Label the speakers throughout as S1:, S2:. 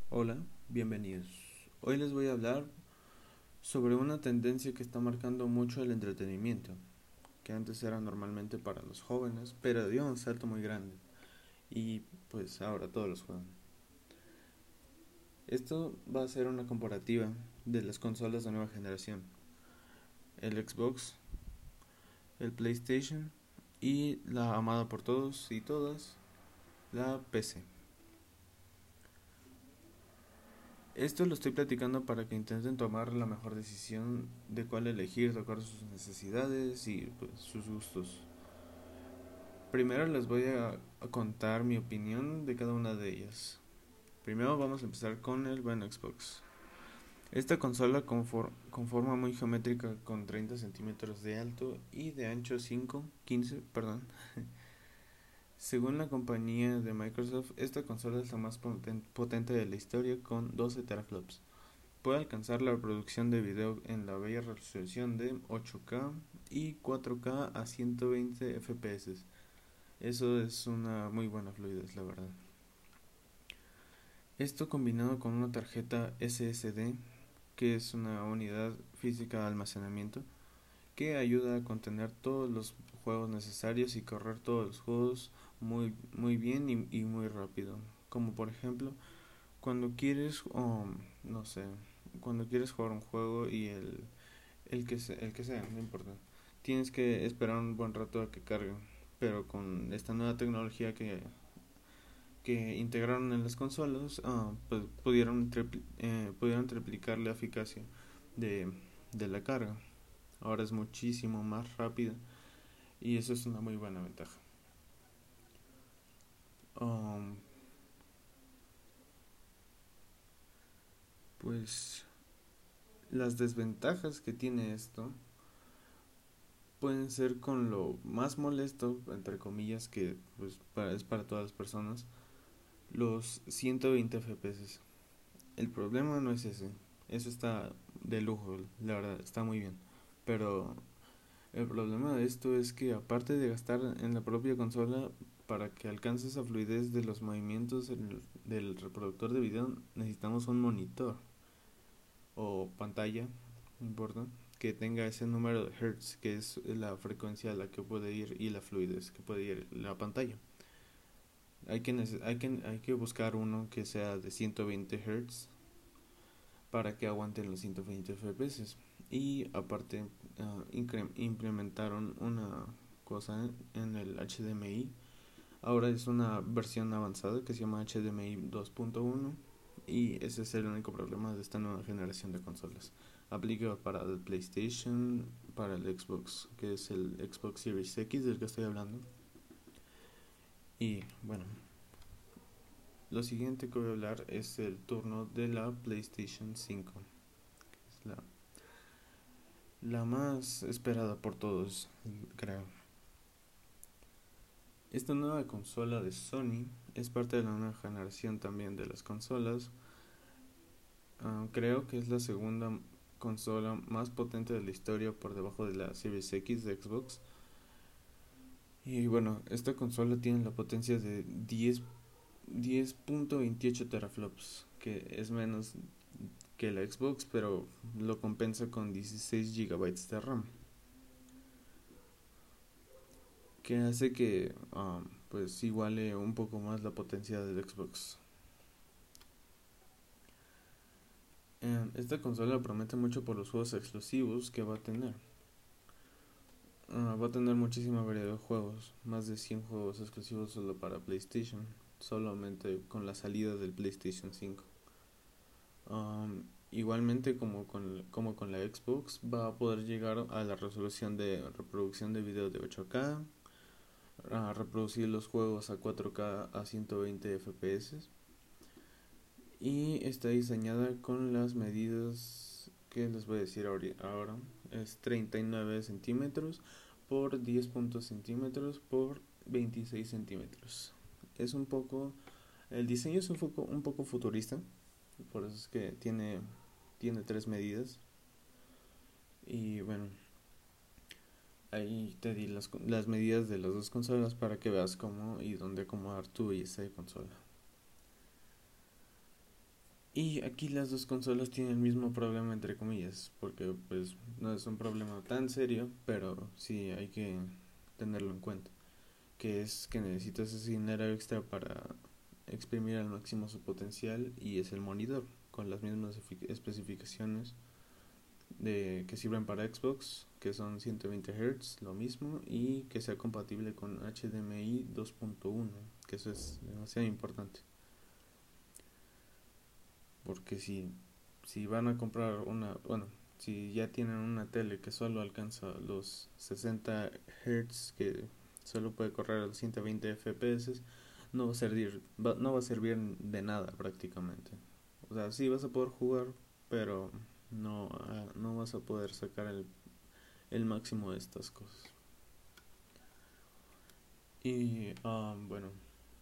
S1: Hola, bienvenidos. Hoy les voy a hablar sobre una tendencia que está marcando mucho el entretenimiento, que antes era normalmente para los jóvenes, pero dio un salto muy grande y pues ahora todos los juegan. Esto va a ser una comparativa de las consolas de nueva generación, el Xbox, el PlayStation y la amada por todos y todas, la PC. Esto lo estoy platicando para que intenten tomar la mejor decisión de cuál elegir de acuerdo a sus necesidades y pues, sus gustos. Primero les voy a contar mi opinión de cada una de ellas. Primero vamos a empezar con el buen Xbox. Esta consola con forma muy geométrica con 30 centímetros de alto y de ancho 15, perdón. Según la compañía de Microsoft, esta consola es la más potente de la historia con 12 teraflops. Puede alcanzar la reproducción de video en la bella resolución de 8K y 4K a 120 FPS. Eso es una muy buena fluidez, la verdad. Esto combinado con una tarjeta SSD, que es una unidad física de almacenamiento, que ayuda a contener todos los juegos necesarios y correr todos los juegos muy bien y muy rápido. Como por ejemplo, cuando quieres, no sé, cuando quieres jugar un juego y el que sea, no importa. Tienes que esperar un buen rato a que cargue, pero con esta nueva tecnología que integraron en las consolas, pues pudieron triplicar la eficacia de, de la carga. Ahora es muchísimo más rápida y eso es una muy buena ventaja. Um, pues las desventajas que tiene esto pueden ser con lo más molesto, entre comillas, que pues es para todas las personas, los 120 FPS. El problema no es ese, eso está de lujo, la verdad, está muy bien. Pero el problema de esto es que aparte de gastar en la propia consola, para que alcance esa fluidez de los movimientos del reproductor de video, necesitamos un monitor o pantalla, no importa, que tenga ese número de hertz, que es la frecuencia a la que puede ir y la fluidez que puede ir la pantalla. Hay que buscar uno que sea de 120 Hz para que aguanten los 120 FPS. Y aparte, implementaron una cosa en el HDMI. Ahora es una versión avanzada que se llama HDMI 2.1 y ese es el único problema de esta nueva generación de consolas. Aplica para el PlayStation, para el Xbox, que es el Xbox Series X del que estoy hablando. Y bueno, lo siguiente que voy a hablar es el turno de la PlayStation 5. Es la más esperada por todos, creo. Esta nueva consola de Sony es parte de la nueva generación también de las consolas. Creo que es la segunda consola más potente de la historia por debajo de la Series X de Xbox. Y bueno, esta consola tiene la potencia de 10.28 teraflops, que es menos que la Xbox, pero lo compensa con 16 gigabytes de RAM, que hace que pues iguale un poco más la potencia del Xbox. Esta consola promete mucho por los juegos exclusivos que va a tener. Va a tener muchísima variedad de juegos, más de 100 juegos exclusivos solo para PlayStation, solamente con la salida del PlayStation 5. Igualmente como con la Xbox, va a poder llegar a la resolución de reproducción de video de 8K, a reproducir los juegos a 4K a 120 FPS y está diseñada con las medidas que les voy a decir ahora. Es 39 centímetros por 10 centímetros por 26 centímetros. Es un poco, el diseño es un poco futurista, por eso es que tiene tres medidas. Y bueno, ahí te di las medidas de las dos consolas para que veas cómo y dónde acomodar tu y esa consola. Y aquí las dos consolas tienen el mismo problema entre comillas, porque pues no es un problema tan serio, pero sí hay que tenerlo en cuenta, que es que necesitas ese dinero extra para exprimir al máximo su potencial y es el monitor con las mismas especificaciones de que sirven para Xbox, que son 120 Hz, lo mismo, y que sea compatible con HDMI 2.1, que eso es demasiado importante, porque si van a comprar bueno, si ya tienen una tele que solo alcanza los 60 Hz, que solo puede correr a los 120 FPS, no va a servir de nada prácticamente. O sea, sí vas a poder jugar, pero no vas a poder sacar el máximo de estas cosas. Y bueno,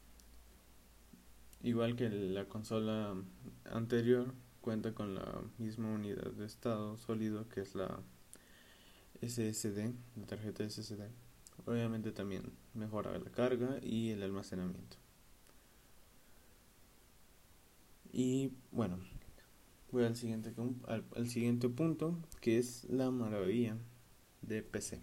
S1: igual que la consola anterior, cuenta con la misma unidad de estado sólido que es la SSD, la tarjeta SSD. Obviamente también mejora la carga y el almacenamiento. Y bueno, voy al siguiente punto, que es la maravilla de PC.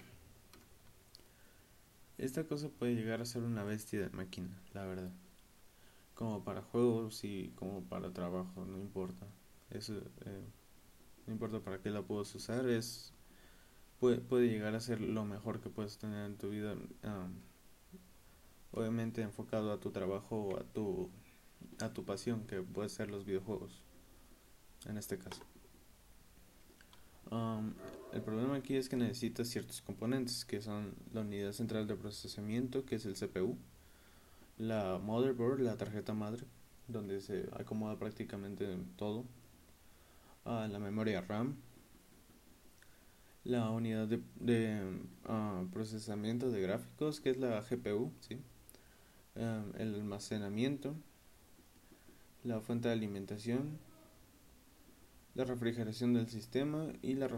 S1: Esta cosa puede llegar a ser una bestia de máquina, la verdad. Como para juegos y como para trabajo, no importa. Eso, no importa para qué la puedas usar, puede llegar a ser lo mejor que puedes tener en tu vida. Obviamente enfocado a tu trabajo o a tu pasión, que puede ser los videojuegos, en este caso. Um, el problema aquí es que necesitas ciertos componentes, que son la unidad central de procesamiento, que es el CPU, la motherboard, la tarjeta madre, donde se acomoda prácticamente todo, la memoria RAM, la unidad de procesamiento de gráficos, que es la GPU, ¿sí? El almacenamiento, la fuente de alimentación, la refrigeración del sistema y la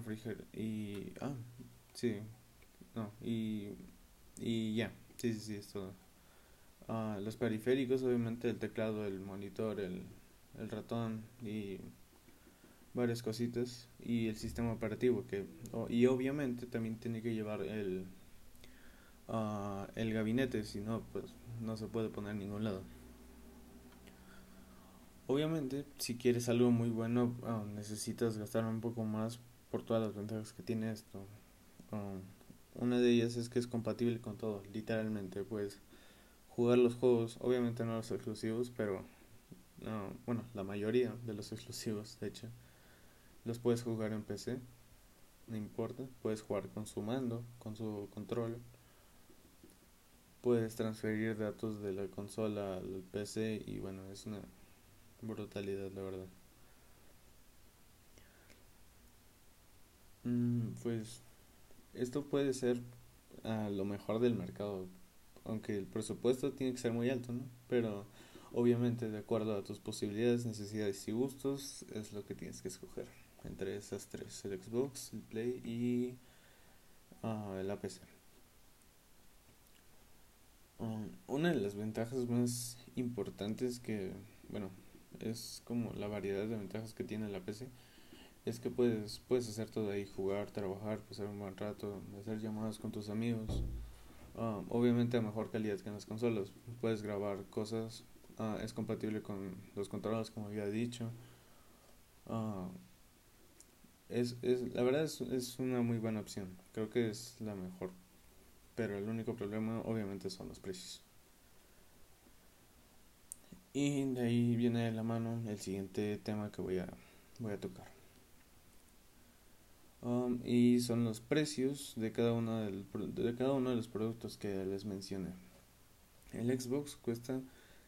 S1: sí, no, y ya, sí, es todo. Los periféricos, obviamente el teclado, el monitor, el ratón y varias cositas, y el sistema operativo y obviamente también tiene que llevar el gabinete, si no pues no se puede poner en ningún lado. Obviamente si quieres algo muy bueno, necesitas gastar un poco más por todas las ventajas que tiene esto. Um, una de ellas es que es compatible con todo, literalmente puedes jugar los juegos, obviamente no los exclusivos, pero bueno, la mayoría de los exclusivos, de hecho, los puedes jugar en PC, no importa, puedes jugar con su mando, con su control, puedes transferir datos de la consola al PC y bueno, es una brutalidad la verdad. Pues esto puede ser lo mejor del mercado, aunque el presupuesto tiene que ser muy alto, ¿no? Pero obviamente de acuerdo a tus posibilidades, necesidades y gustos es lo que tienes que escoger entre esas tres, el Xbox, el Play y la PC. Una de las ventajas más importantes que, bueno, es como la variedad de ventajas que tiene la PC, es que puedes hacer todo ahí, jugar, trabajar, pasar un buen rato, hacer llamadas con tus amigos. Obviamente a mejor calidad que en las consolas. Puedes grabar cosas, es compatible con los controles como había dicho. Ah, la verdad es una muy buena opción. Creo que es la mejor. Pero el único problema obviamente son los precios. Y de ahí viene de la mano el siguiente tema que voy a tocar. Y son los precios de cada uno de los productos que les mencioné. El Xbox cuesta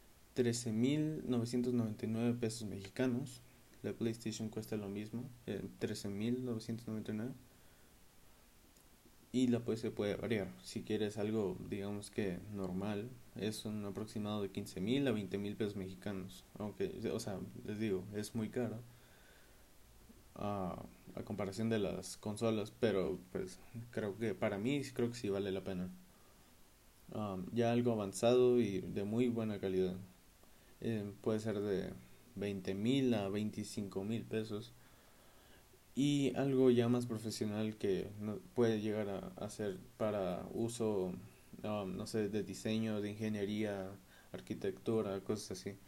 S1: 13.999 pesos mexicanos. La PlayStation cuesta lo mismo, 13.999. Y la PC puede variar. Si quieres algo, digamos que normal, es un aproximado de 15.000 a 20.000 pesos mexicanos. Aunque, o sea, les digo, es muy caro a, a comparación de las consolas, pero pues creo que sí vale la pena. Ya algo avanzado y de muy buena calidad. Puede ser 20,000 a 25,000 pesos. Y algo ya más profesional que puede llegar a ser para uso, no sé, de diseño, de ingeniería, arquitectura, cosas así.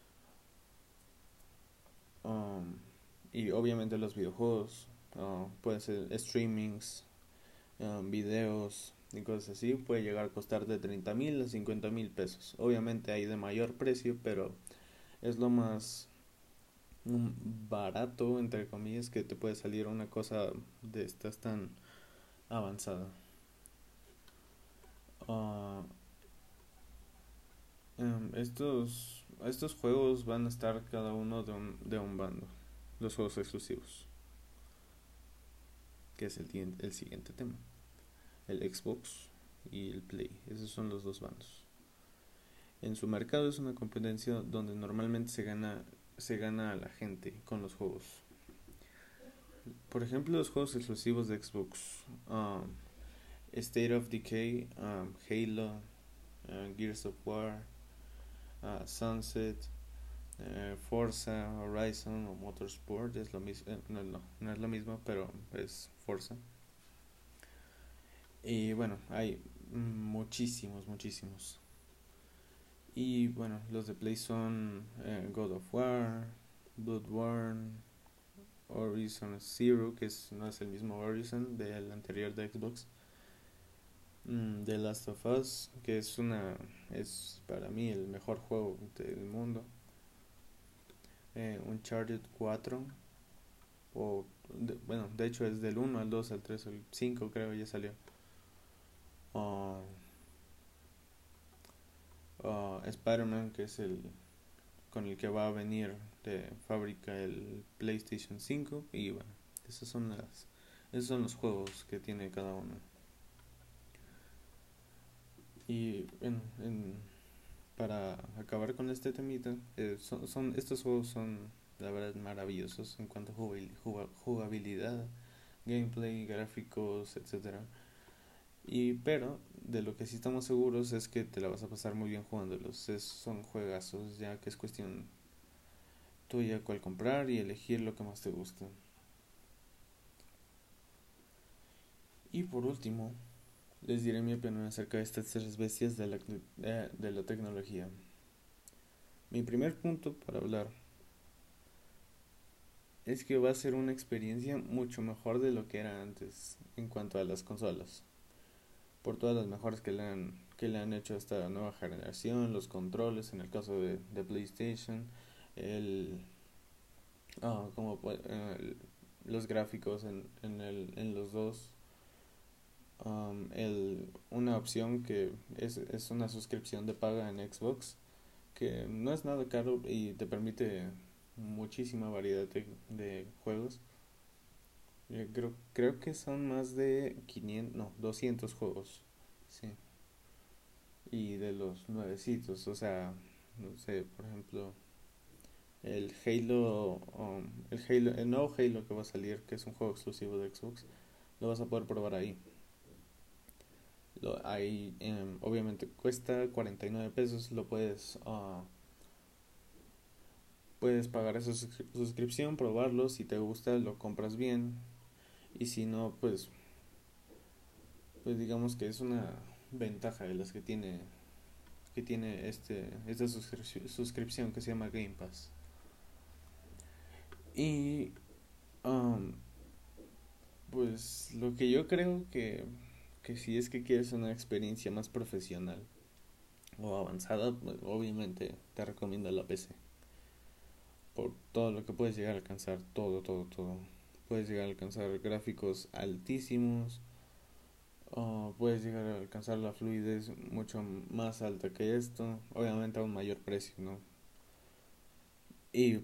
S1: Um, y obviamente los videojuegos, pueden ser streamings, videos y cosas así, puede llegar a costar de 30,000 a 50,000 pesos. Obviamente hay de mayor precio, pero es lo más barato, entre comillas, que te puede salir una cosa de estas tan avanzada. Ah, estos juegos van a estar cada uno de un bando. Los juegos exclusivos, que es el siguiente tema. El Xbox y el Play. Esos son los dos bandos. En su mercado es una competencia donde normalmente se gana a la gente con los juegos. Por ejemplo, los juegos exclusivos de Xbox. State of Decay, Halo, Gears of War, Sunset, Forza Horizon o Motorsport. Es lo mismo, no es lo mismo, pero es Forza. Y bueno, hay muchísimos. Y bueno, los de Play son God of War, Bloodborne, Horizon Zero, que no es el mismo Horizon del anterior de Xbox. The Last of Us, que es para mí el mejor juego del mundo. Uncharted 4, bueno, de hecho es del 1 al 2 al 3 al 5 creo ya salió. Uh, Spider-Man, que es el con el que va a venir de fábrica el PlayStation 5. Y bueno, esos son los juegos que tiene cada uno. Y para acabar con este temita, estos juegos son la verdad maravillosos en cuanto a jugabilidad, gameplay, gráficos, etcétera. Pero de lo que sí estamos seguros es que te la vas a pasar muy bien jugándolos. Son juegazos, ya que es cuestión tuya cuál comprar y elegir lo que más te guste. Y por último, les diré mi opinión acerca de estas tres bestias de la tecnología. Mi primer punto para hablar es que va a ser una experiencia mucho mejor de lo que era antes en cuanto a las consolas. Por todas las mejoras que le han hecho a esta nueva generación, los controles en el caso de PlayStation, el, los gráficos en los dos. Una opción que es una suscripción de paga en Xbox, que no es nada caro y te permite muchísima variedad de juegos. Creo que son más de 500, no, 200 juegos, sí. Y de los nuevecitos, o sea, no sé, por ejemplo, el nuevo Halo que va a salir, que es un juego exclusivo de Xbox, lo vas a poder probar ahí. Obviamente cuesta 49 pesos, puedes pagar esa suscripción, probarlo, si te gusta lo compras bien, y si no, pues digamos que es una ventaja de las que tiene esta suscripción que se llama Game Pass. Y um, pues lo que yo creo que si es que quieres una experiencia más profesional o avanzada, pues, obviamente te recomiendo la PC. Por todo lo que puedes llegar a alcanzar, todo. Puedes llegar a alcanzar gráficos altísimos, puedes llegar a alcanzar la fluidez mucho más alta que esto, obviamente a un mayor precio, ¿no? Y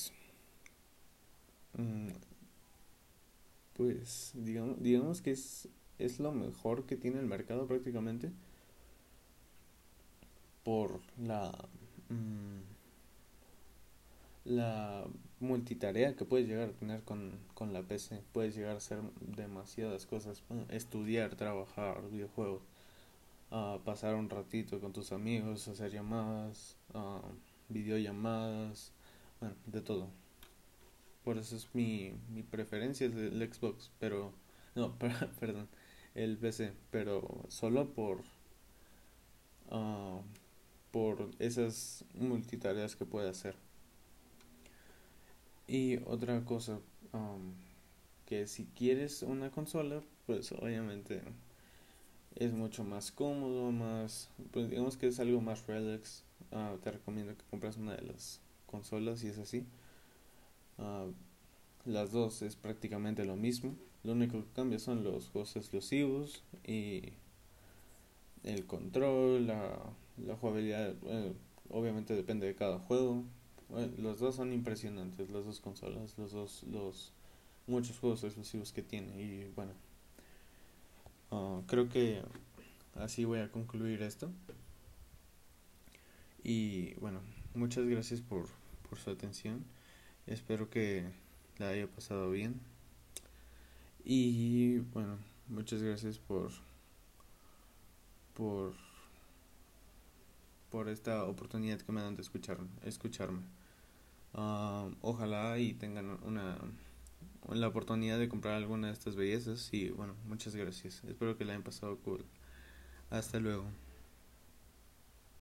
S1: mm, pues digamos que es lo mejor que tiene el mercado prácticamente por mm, la multitarea que puedes llegar a tener con la PC. Puedes llegar a hacer demasiadas cosas: estudiar, trabajar, videojuegos, pasar un ratito con tus amigos, hacer llamadas, videollamadas, bueno, de todo. Por eso es mi preferencia es el Xbox, pero no, perdón, el PC, pero solo ah, por esas multitareas que puede hacer. Y otra cosa, um, que si quieres una consola, pues obviamente es mucho más cómodo, más, pues digamos que es algo más relax. Te recomiendo que compres una de las consolas si es así. Ah, las dos es prácticamente lo mismo. Lo único que cambia son los juegos exclusivos y el control, la jugabilidad. Obviamente depende de cada juego. Los dos son impresionantes, las dos consolas, los muchos juegos exclusivos que tiene. Y bueno, creo que así voy a concluir esto. Y bueno, muchas gracias por su atención. Espero que la haya pasado bien. Y bueno, muchas gracias por, por esta oportunidad que me dan de escucharme. Ojalá y tengan la oportunidad de comprar alguna de estas bellezas. Y bueno, muchas gracias. Espero que la hayan pasado cool. Hasta luego.